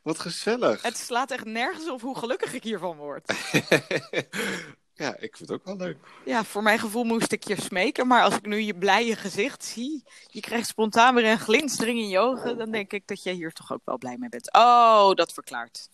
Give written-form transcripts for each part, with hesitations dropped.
Wat gezellig. Het slaat echt nergens op hoe gelukkig ik hiervan word. Ja, ik vind het ook wel leuk. Ja, voor mijn gevoel moest ik je smeken. Maar als ik nu je blije gezicht zie, je krijgt spontaan weer een glinstering in je ogen, dan denk ik dat je hier toch ook wel blij mee bent. Oh, dat verklaart.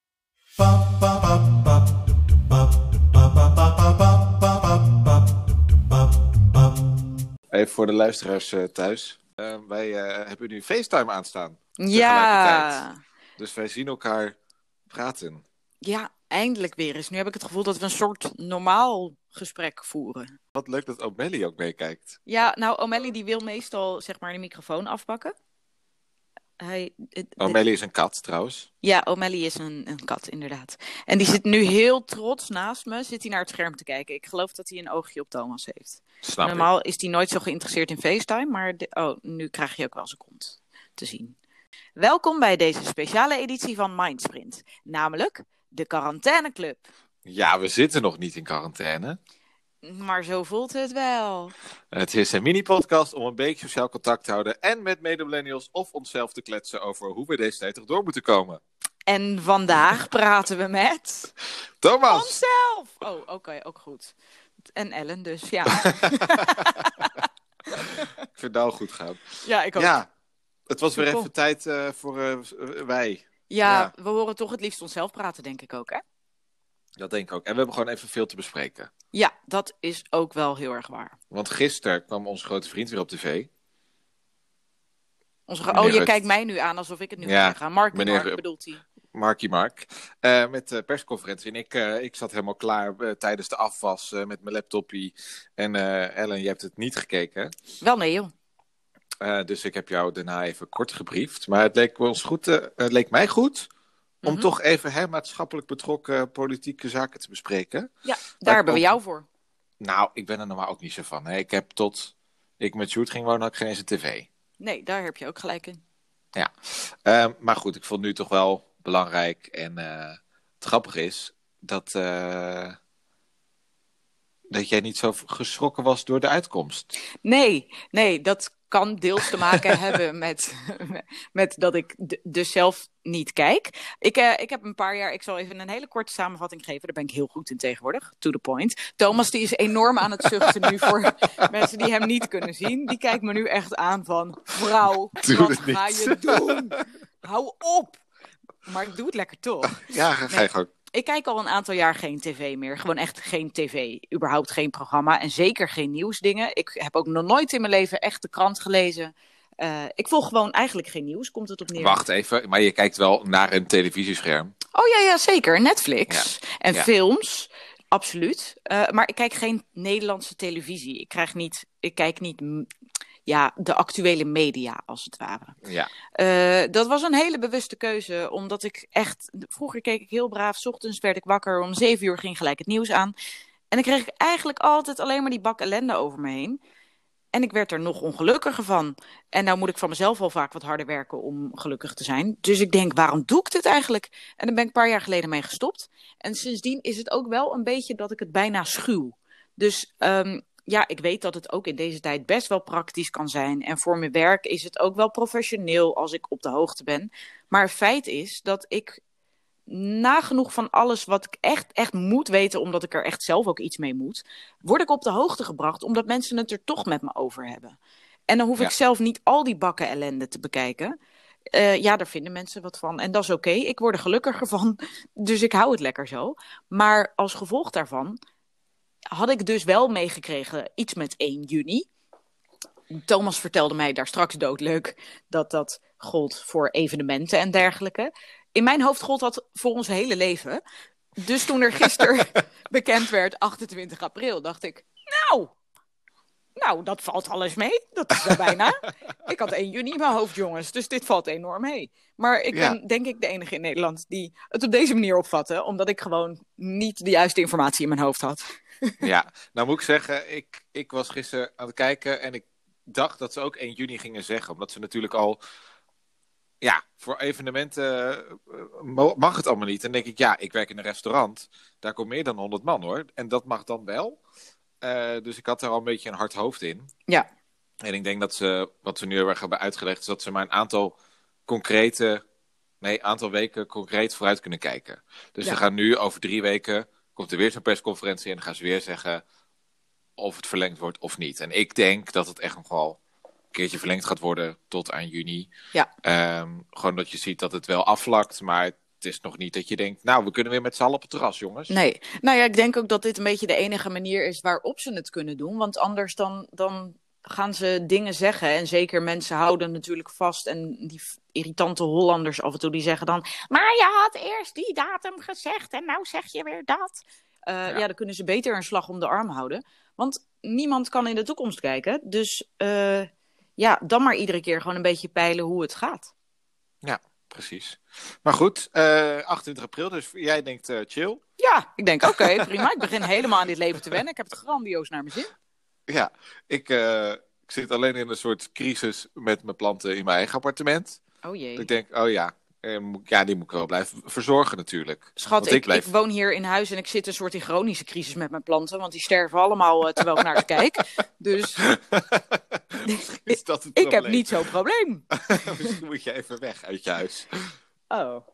Even voor de luisteraars thuis. Wij hebben nu FaceTime aanstaan. Ja. Dus wij zien elkaar praten. Ja, eindelijk weer eens. Nu heb ik het gevoel dat we een soort normaal gesprek voeren. Wat leuk dat O'Malley ook meekijkt. Ja, nou, O'Malley die wil meestal zeg maar de microfoon afpakken. O'Malley is een kat trouwens. Ja, O'Malley is een kat, inderdaad. En die zit nu heel trots naast me, zit hij naar het scherm te kijken. Ik geloof dat hij een oogje op Thomas heeft. Snap Normaal is hij nooit zo geïnteresseerd in FaceTime, maar nu krijg je ook wel zijn kont te zien. Welkom bij deze speciale editie van Mindsprint, namelijk de Quarantaineclub. Ja, we zitten nog niet in quarantaine. Maar zo voelt het wel. Het is een mini-podcast om een beetje sociaal contact te houden en met mede-millennials of onszelf te kletsen over hoe we deze tijd erdoor moeten komen. En vandaag praten we met... Thomas! Onszelf! Oh, oké, ook goed. En Ellen dus, ja. Ik vind het nou goed gaan. Ja, ik ook. Ja, het was weer even tijd voor wij. Ja, we horen toch het liefst onszelf praten, denk ik ook, hè? Dat denk ik ook. En we hebben gewoon even veel te bespreken. Ja, dat is ook wel heel erg waar. Want gisteren kwam onze grote vriend weer op tv. Je kijkt mij nu aan alsof ik het nu ga zeggen. Mark bedoelt hij. Mark. Met de persconferentie. En ik zat helemaal klaar tijdens de afwas met mijn laptopie. En Ellen, je hebt het niet gekeken. Wel nee, joh. Dus ik heb jou daarna even kort gebriefd. Maar het leek ons goed. Het leek mij goed om toch even maatschappelijk betrokken politieke zaken te bespreken. Ja, daar hebben we jou voor. Nou, ik ben er normaal ook niet zo van. Hè. Ik heb tot ik met Sjoerd ging wonen, had ik geen eens een tv. Nee, daar heb je ook gelijk in. Ja, maar goed, ik vond het nu toch wel belangrijk. En het grappige is dat jij niet zo geschrokken was door de uitkomst. Nee, dat kan deels te maken hebben met dat ik dus zelf niet kijk. Ik heb een paar jaar, ik zal even een hele korte samenvatting geven. Daar ben ik heel goed in tegenwoordig, to the point. Thomas die is enorm aan het zuchten nu voor mensen die hem niet kunnen zien. Die kijkt me nu echt aan van, vrouw, wat ga je doen? Hou op! Maar ik doe het lekker toch? Ja, ga je gewoon. Ik kijk al een aantal jaar geen tv meer. Gewoon echt geen tv. Überhaupt geen programma. En zeker geen nieuwsdingen. Ik heb ook nog nooit in mijn leven echt de krant gelezen. Ik volg gewoon eigenlijk geen nieuws. Komt het op neer? Wacht even, maar je kijkt wel naar een televisiescherm. Oh ja, zeker. Netflix. Ja. En films. Absoluut. Maar ik kijk geen Nederlandse televisie. Ik kijk niet... Ja, de actuele media, als het ware. Ja. Dat was een hele bewuste keuze, omdat ik echt... Vroeger keek ik heel braaf, 's ochtends werd ik wakker, om 7 uur ging gelijk het nieuws aan. En dan kreeg ik eigenlijk altijd alleen maar die bak ellende over me heen. En ik werd er nog ongelukkiger van. En nou moet ik van mezelf al vaak wat harder werken om gelukkig te zijn. Dus ik denk, waarom doe ik dit eigenlijk? En dan ben ik een paar jaar geleden mee gestopt. En sindsdien is het ook wel een beetje dat ik het bijna schuw. Dus... ja, ik weet dat het ook in deze tijd best wel praktisch kan zijn. En voor mijn werk is het ook wel professioneel als ik op de hoogte ben. Maar het feit is dat ik nagenoeg van alles wat ik echt moet weten, omdat ik er echt zelf ook iets mee moet, word ik op de hoogte gebracht, omdat mensen het er toch met me over hebben. En dan hoef ik zelf niet al die bakken ellende te bekijken. Ja, daar vinden mensen wat van. En dat is oké. Ik word er gelukkiger van. Dus ik hou het lekker zo. Maar als gevolg daarvan had ik dus wel meegekregen iets met 1 juni. Thomas vertelde mij daar straks doodleuk dat gold voor evenementen en dergelijke. In mijn hoofd gold dat voor ons hele leven. Dus toen er gisteren bekend werd, 28 april, dacht ik, nou, dat valt alles mee. Dat is er bijna. Ik had 1 juni in mijn hoofd, jongens. Dus dit valt enorm mee. Maar ik ben denk ik de enige in Nederland die het op deze manier opvatte. Omdat ik gewoon niet de juiste informatie in mijn hoofd had. Ja, nou moet ik zeggen, ik was gisteren aan het kijken en ik dacht dat ze ook 1 juni gingen zeggen. Omdat ze natuurlijk al, voor evenementen mag het allemaal niet. En dan denk ik, ik werk in een restaurant. Daar komt meer dan 100 man hoor. En dat mag dan wel. Dus ik had er al een beetje een hard hoofd in. Ja. En ik denk dat wat ze nu heel erg hebben uitgelegd, is dat ze maar een aantal concrete Nee, aantal weken concreet vooruit kunnen kijken. Dus Ja. ze gaan nu over 3 weken, komt er weer zo'n persconferentie en dan gaan ze weer zeggen of het verlengd wordt of niet. En ik denk dat het echt nog wel een keertje verlengd gaat worden tot aan juni. Ja. Gewoon dat je ziet dat het wel afvlakt, maar het is nog niet dat je denkt, nou, we kunnen weer met z'n allen op het terras, jongens. Nee, nou ja, ik denk ook dat dit een beetje de enige manier is waarop ze het kunnen doen. Want anders dan gaan ze dingen zeggen. En zeker mensen houden natuurlijk vast. En die irritante Hollanders af en toe, die zeggen dan... Maar je had eerst die datum gezegd en nou zeg je weer dat. Ja, dan kunnen ze beter een slag om de arm houden. Want niemand kan in de toekomst kijken. Dus ja, dan maar iedere keer gewoon een beetje peilen hoe het gaat. Ja, precies. Maar goed, 28 april, dus jij denkt chill. Ja, ik denk oké, prima. Ik begin helemaal aan dit leven te wennen. Ik heb het grandioos naar mijn zin. Ja, ik zit alleen in een soort crisis met mijn planten in mijn eigen appartement. Oh jee. Ik denk, oh ja, die moet ik wel blijven verzorgen natuurlijk. Schat, Want ik woon hier in huis en ik zit een soort in chronische crisis met mijn planten. Want die sterven allemaal terwijl ik naar ze kijk. Dus Is dat het ik heb probleem? niet zo'n probleem. Misschien moet je even weg uit je huis. Oh,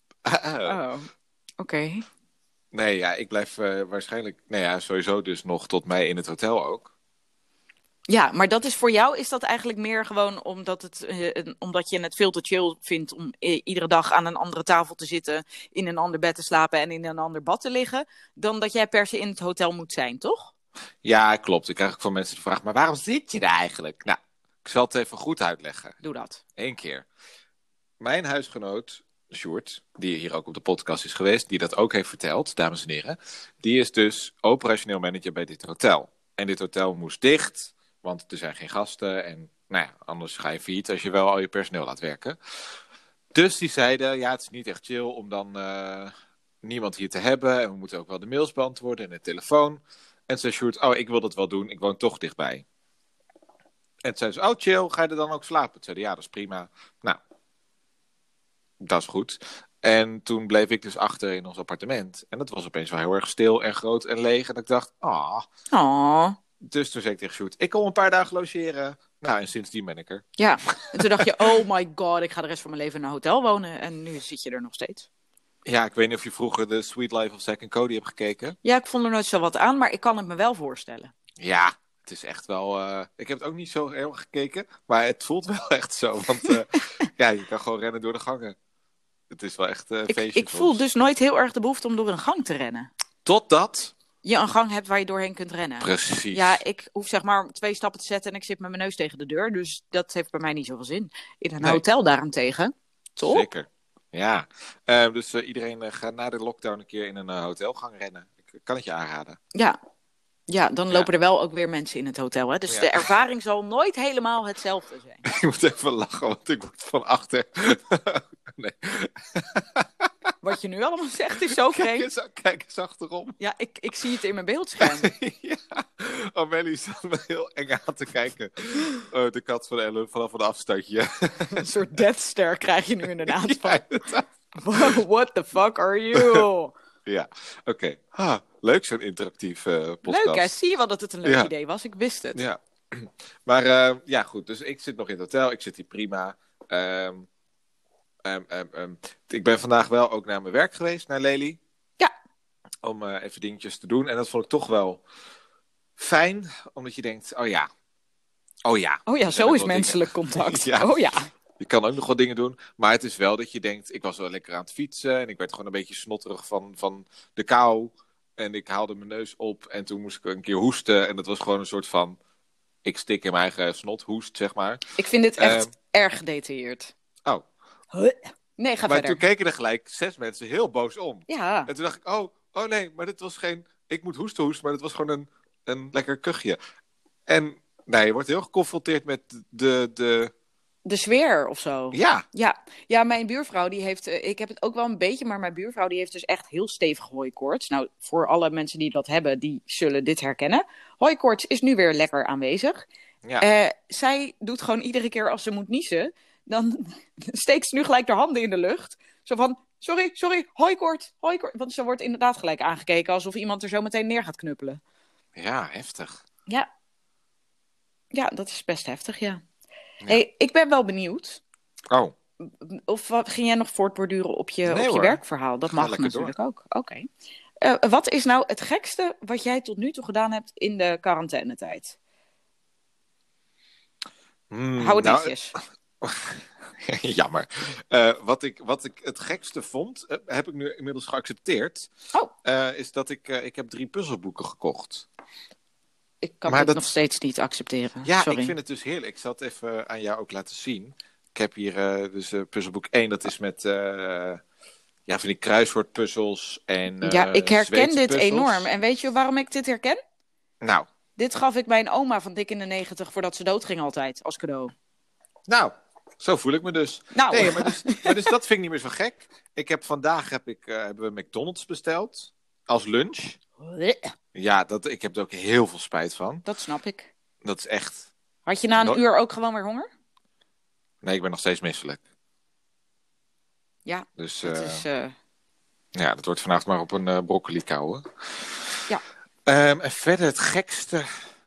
oké. Nee, ja, ik blijf waarschijnlijk, nou ja, sowieso dus nog tot mei in het hotel ook. Ja, maar dat is voor jou, is dat eigenlijk meer gewoon omdat je het veel te chill vindt om iedere dag aan een andere tafel te zitten, in een ander bed te slapen en in een ander bad te liggen, dan dat jij per se in het hotel moet zijn, toch? Ja, klopt. Ik krijg ook van mensen de vraag, maar waarom zit je daar eigenlijk? Nou, ik zal het even goed uitleggen. Doe dat. 1 keer. Mijn huisgenoot, Sjoerd, die hier ook op de podcast is geweest, die dat ook heeft verteld, dames en heren, die is dus operationeel manager bij dit hotel. En dit hotel moest dicht, want er zijn geen gasten en nou ja, anders ga je failliet als je wel al je personeel laat werken. Dus die zeiden, ja, het is niet echt chill om dan niemand hier te hebben en we moeten ook wel de mails beantwoorden en de telefoon. En zei Sjoerd, oh, ik wil dat wel doen, ik woon toch dichtbij. En toen zei ze, oh chill, ga je er dan ook slapen? Toen zeiden ja, dat is prima. Nou, dat is goed. En toen bleef ik dus achter in ons appartement. En dat was opeens wel heel erg stil en groot en leeg. En ik dacht, Oh. Dus toen zei ik tegen Sjoerd, ik kom een paar dagen logeren. Nou, en sindsdien ben ik er. Ja, en toen dacht je, oh my god, ik ga de rest van mijn leven in een hotel wonen. En nu zit je er nog steeds. Ja, ik weet niet of je vroeger de Sweet Life of Zack and Cody hebt gekeken. Ja, ik vond er nooit zo wat aan, maar ik kan het me wel voorstellen. Ja, het is echt wel... ik heb het ook niet zo heel gekeken, maar het voelt wel echt zo. Want ja, je kan gewoon rennen door de gangen. Het is wel echt een feestje. Ik voel dus nooit heel erg de behoefte om door een gang te rennen. Totdat... Je een gang hebt waar je doorheen kunt rennen. Precies. Ja, ik hoef zeg maar 2 stappen te zetten en ik zit met mijn neus tegen de deur. Dus dat heeft bij mij niet zoveel zin. In een hotel daarentegen. Toch? Zeker. Ja. Dus iedereen gaat na de lockdown een keer in een hotelgang rennen. Ik kan het je aanraden. Ja, dan lopen er wel ook weer mensen in het hotel. Hè? Dus de ervaring zal nooit helemaal hetzelfde zijn. Ik moet even lachen, want ik word van achter... nee. Wat je nu allemaal zegt is zo vreemd. Kijk eens achterom. Ja, ik zie het in mijn beeldscherm. Ja. Amelie staat me heel eng aan te kijken. De kat van Ellen vanaf een afstandje. Een soort Death Stare krijg je nu inderdaad van. Ja, inderdaad. What the fuck are you? Ja, oké. Leuk zo'n interactief podcast. Leuk hè, zie je wel dat het een leuk idee was? Ik wist het. Ja. Maar ja, goed. Dus ik zit nog in het hotel. Ik zit hier prima. Ik ben vandaag wel ook naar mijn werk geweest, naar Lely. Ja. Om even dingetjes te doen. En dat vond ik toch wel fijn. Omdat je denkt, oh ja. Oh ja, zo is menselijk contact. Ja. Oh ja. Je kan ook nog wat dingen doen. Maar het is wel dat je denkt, ik was wel lekker aan het fietsen. En ik werd gewoon een beetje snotterig van de kou. En ik haalde mijn neus op. En toen moest ik een keer hoesten. En dat was gewoon een soort van, ik stik in mijn eigen snot, hoest, zeg maar. Ik vind dit echt erg gedetailleerd. Oh. Nee, ga maar verder. toen keken er gelijk 6 mensen heel boos om. Ja. En toen dacht ik, oh nee, maar dit was geen... Ik moet hoesten, maar dit was gewoon een lekker kuchje. En nee, je wordt heel geconfronteerd met de sfeer of zo. Ja. Ja, mijn buurvrouw die heeft... ik heb het ook wel een beetje, maar mijn buurvrouw die heeft dus echt heel stevig hooikoorts. Nou, voor alle mensen die dat hebben, die zullen dit herkennen. Hooikoorts is nu weer lekker aanwezig. Ja. Zij doet gewoon iedere keer als ze moet niezen, dan steekt ze nu gelijk haar handen in de lucht. Zo van, sorry, hooikoorts. Want ze wordt inderdaad gelijk aangekeken alsof iemand er zo meteen neer gaat knuppelen. Ja, heftig. Ja, dat is best heftig, ja. Hey, ik ben wel benieuwd. Oh. Of ging jij nog voortborduren op Nee, je hoor. werkverhaal? Dat Ga mag lekker natuurlijk ook. Oké. Wat is nou het gekste wat jij tot nu toe gedaan hebt in de quarantainetijd? Hou het Nou, netjes. jammer. Wat ik het gekste vond, heb ik nu inmiddels geaccepteerd, Oh, is dat ik heb 3 puzzelboeken gekocht. ik kan Maar het dat- nog steeds niet accepteren. Ja, Sorry. ik vind het dus heerlijk. Ik zal het even aan jou ook laten zien. Ik heb hier dus puzzelboek 1, dat is met van die kruiswoordpuzzels en Ja, ik herken Zweedse dit puzzels. enorm. En weet je waarom ik dit herken? Nou, Dit gaf ik mijn oma van dik in de 90 voordat ze doodging altijd, als cadeau. zo voel ik me dus. Nou. Nee, maar dus dat vind ik niet meer zo gek. Vandaag hebben we McDonald's besteld als lunch. Ja, ik heb er ook heel veel spijt van. Dat snap ik. Dat is echt... Had je na een No- uur ook gewoon weer honger? Nee, ik ben nog steeds misselijk. Ja, Dus dat is... ja, dat wordt vanavond maar op een broccoli kouwen. Ja. En verder het gekste...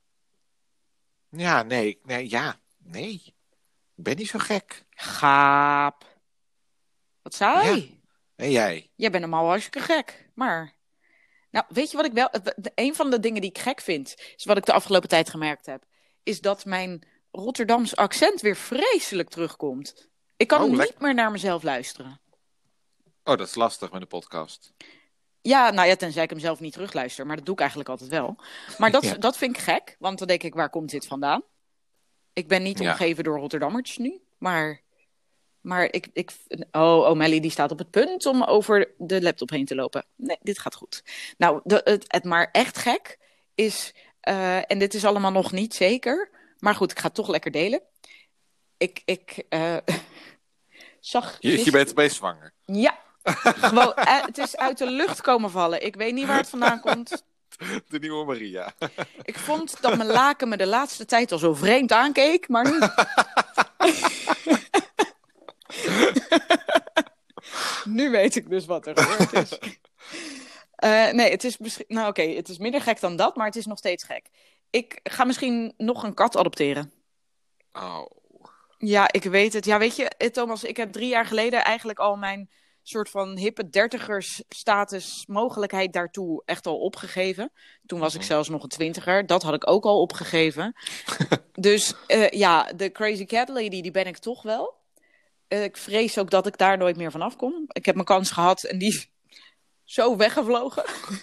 Ja, nee. Ik ben niet zo gek. Gaap. Wat saai. Ja. En jij? Jij bent normaal hartstikke gek. Maar... Nou, weet je wat ik wel... Een van de dingen die ik gek vind, is wat ik de afgelopen tijd gemerkt heb, is dat mijn Rotterdams accent weer vreselijk terugkomt. Ik kan Oh, niet lekker. meer naar mezelf luisteren. Oh, dat is lastig met een podcast. Ja, nou ja, tenzij ik hem zelf niet terugluister. Maar dat doe ik eigenlijk altijd wel. Maar Ja. dat vind ik gek. Want dan denk ik, waar komt dit vandaan? Ik ben niet Ja. omgeven door Rotterdammers nu. Maar Oh, Melly die staat op het punt om over de laptop heen te lopen. Nee, dit gaat goed. Nou, het maar echt gek is... en dit is allemaal nog niet zeker. Maar goed, ik ga het toch lekker delen. Ik zag... Je bent bij zwanger. Ja, gewoon, het is uit de lucht komen vallen. Ik weet niet waar het vandaan komt. De nieuwe Maria. Ik vond dat mijn laken me de laatste tijd al zo vreemd aankeek, maar nu... Nu weet ik dus wat er gebeurd is. Nee, het is misschien... Nou oké, het is minder gek dan dat, maar het is nog steeds gek. Ik ga misschien nog een kat adopteren. Oh. Ja, ik weet het. Ja, weet je, Thomas, ik heb 3 jaar geleden eigenlijk al mijn soort van hippe dertigers status mogelijkheid daartoe echt al opgegeven. Toen was ik zelfs nog een 20er. Dat had ik ook al opgegeven. Dus ja, de Crazy Cat Lady, die ben ik toch wel. Ik vrees ook dat ik daar nooit meer vanaf kom. Ik heb mijn kans gehad en die is zo weggevlogen.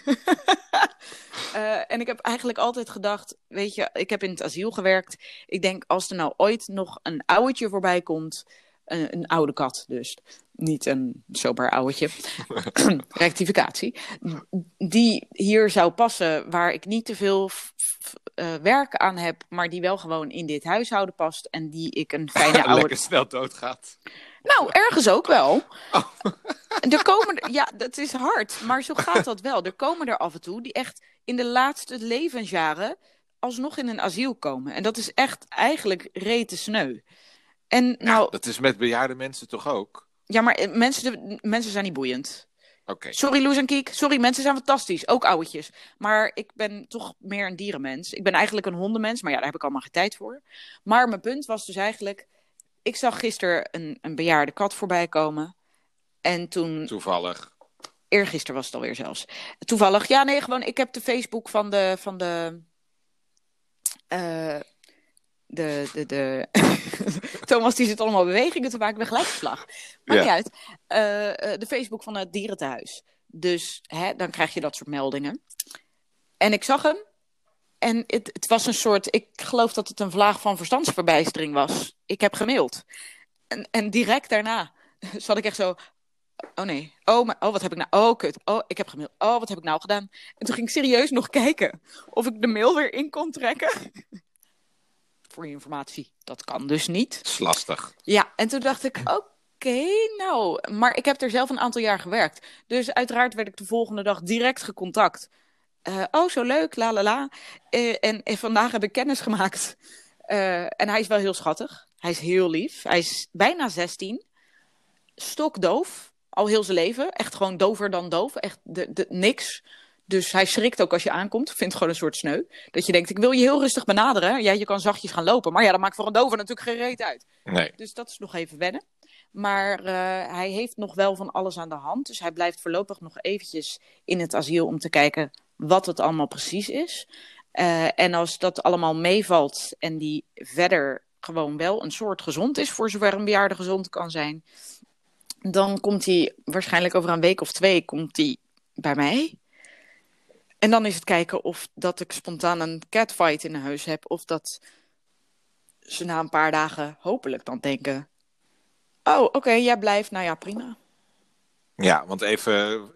En ik heb eigenlijk altijd gedacht, weet je, ik heb in het asiel gewerkt. Ik denk, als er nou ooit nog een ouwtje voorbij komt, een oude kat dus, niet een zomaar ouwtje, rectificatie, die hier zou passen, waar ik niet te veel werk aan heb, maar die wel gewoon in dit huishouden past en die ik een fijne oude... Lekker snel doodgaat. Nou, ergens ook wel. Er komen, ja, dat is hard, maar zo gaat dat wel. Er komen er af en toe die echt in de laatste levensjaren alsnog in een asiel komen. En dat is echt eigenlijk rete sneu. En nou, Dat is met bejaarde mensen toch ook? ja, maar mensen zijn niet boeiend. Oké. Sorry, Loes en Kiek. Sorry, mensen zijn fantastisch. Ook ouwetjes. Maar ik ben toch meer een dierenmens. Ik ben eigenlijk een hondenmens, maar ja, daar heb ik allemaal geen tijd voor. Maar mijn punt was dus eigenlijk... Ik zag gisteren een bejaarde kat voorbij komen. En toen... Toevallig. Eergisteren was het alweer zelfs. Toevallig. Ja, nee, gewoon. Ik heb de Facebook van de Thomas die zit allemaal bewegingen te maken. Ik ben gelijk verslag. Maakt niet uit. De Facebook van het dierentehuis. Dus dan krijg je dat soort meldingen. En ik zag hem. En het was een soort... Ik geloof dat het een vlaag van verstandsverbijstering was. Ik heb gemaild. En direct daarna zat ik echt zo... Oh nee. Oh, wat heb ik nou... Oh, kut. Oh, ik heb gemaild. Oh, wat heb ik nou gedaan? En toen ging ik serieus nog kijken of ik de mail weer in kon trekken. Voor je informatie. Dat kan dus niet. Dat is lastig. Ja, en toen dacht ik... Oké, nou... Maar ik heb er zelf een aantal jaar gewerkt. Dus uiteraard werd ik de volgende dag direct gecontact. Oh, zo leuk, la la la. En vandaag heb ik kennis gemaakt. En hij is wel heel schattig. Hij is heel lief. Hij is bijna 16. Stokdoof. Al heel zijn leven. Echt gewoon dover dan doof. Echt niks. Dus hij schrikt ook als je aankomt. Vindt het gewoon een soort sneu. Dat je denkt, ik wil je heel rustig benaderen. Ja, je kan zachtjes gaan lopen. Maar ja, dat maakt voor een dove natuurlijk geen reet uit. Nee. Dus dat is nog even wennen. Maar hij heeft nog wel van alles aan de hand. Dus hij blijft voorlopig nog eventjes in het asiel om te kijken wat het allemaal precies is. En als dat allemaal meevalt en die verder gewoon wel een soort gezond is, voor zover een bejaarde gezond kan zijn, dan komt hij waarschijnlijk over een week of 2 komt hij bij mij. En dan is het kijken of dat ik spontaan een catfight in huis heb, of dat ze na een paar dagen hopelijk dan denken, oh, oké, jij blijft, nou ja, prima. Ja, want even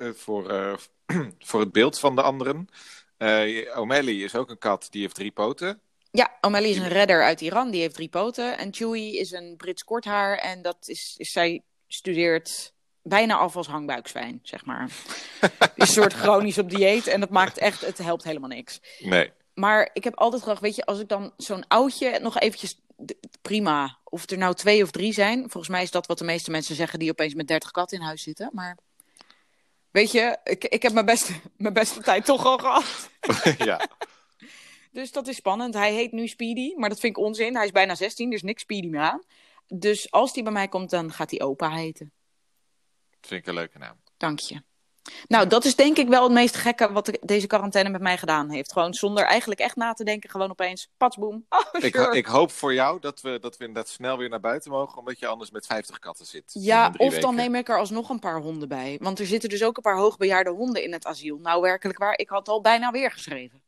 voor het beeld van de anderen. O'Malley is ook een kat, die heeft 3 poten. Ja, O'Malley is een redder uit Iran, die heeft 3 poten. En Chewie is een Brits korthaar en zij studeert bijna af als hangbuikzwijn, zeg maar. Is een soort chronisch op dieet en het helpt helemaal niks. Nee. Maar ik heb altijd gedacht, weet je, als ik dan zo'n oudje nog eventjes, prima. Of er nou 2 of 3 zijn. Volgens mij is dat wat de meeste mensen zeggen die opeens met 30 katten in huis zitten. Maar weet je, ik heb mijn beste tijd toch al gehad. Ja. Dus dat is spannend. Hij heet nu Speedy, maar dat vind ik onzin. Hij is bijna 16, er is niks Speedy meer aan. Dus als hij bij mij komt, dan gaat hij Opa heten. Vind ik een leuke naam. Dank je. Nou, dat is denk ik wel het meest gekke wat deze quarantaine met mij gedaan heeft. Gewoon zonder eigenlijk echt na te denken, gewoon opeens, patsboom. Oh, sure. Ik hoop voor jou dat we inderdaad snel weer naar buiten mogen, omdat je anders met 50 katten zit. Ja, of dan neem ik er alsnog een paar honden bij. Want er zitten dus ook een paar hoogbejaarde honden in het asiel. Nou, werkelijk waar, ik had al bijna weer geschreven.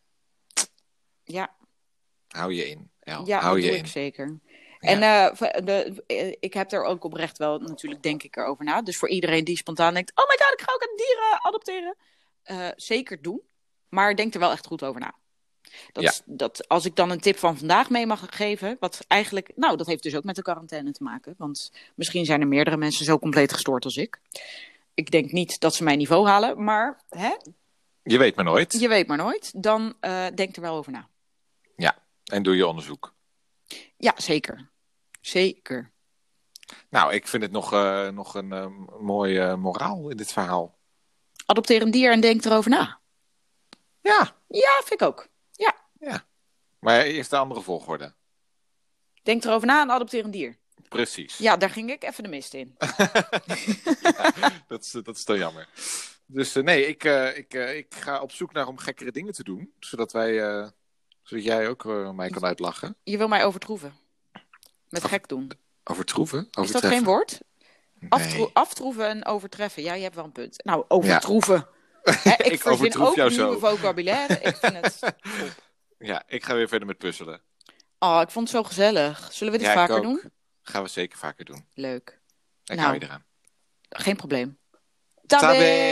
Ja. Hou je in, El. Ja, Hou dat je doe in. ik zeker. Ja. En ik heb er ook oprecht wel, natuurlijk denk ik erover na. Dus voor iedereen die spontaan denkt, oh my god, ik ga ook een dieren adopteren. Zeker doen. Maar denk er wel echt goed over na. Als ik dan een tip van vandaag mee mag geven, wat eigenlijk, nou, dat heeft dus ook met de quarantaine te maken. Want misschien zijn er meerdere mensen zo compleet gestoord als ik. Ik denk niet dat ze mijn niveau halen, maar Je weet maar nooit. je weet maar nooit. Dan denk er wel over na. Ja, en doe je onderzoek. Ja, zeker. Zeker. Nou, ik vind het nog een mooi moraal in dit verhaal. Adopteer een dier en denk erover na. Ja. Ja, vind ik ook. Ja. Maar eerst de andere volgorde. Denk erover na en adopteer een dier. Precies. Ja, daar ging ik even de mist in. Ja, dat is toch jammer. Dus nee, ik ga op zoek naar om gekkere dingen te doen. Zodat jij ook mij kan uitlachen. Je wil mij overtroeven. Met gek doen. Overtroeven? Is dat geen woord? Nee. Aftroeven en overtreffen. Ja, je hebt wel een punt. Nou, overtroeven. Ja. Ik verzin overtroef ook jou nieuwe zo. vocabulaire. Ik vind het top. Ja, ik ga weer verder met puzzelen. Oh, ik vond het zo gezellig. Zullen we dit Ja, ik vaker ook. doen? Gaan we zeker vaker doen. Leuk. Ik Nou. hou je eraan. Geen probleem. Tabé!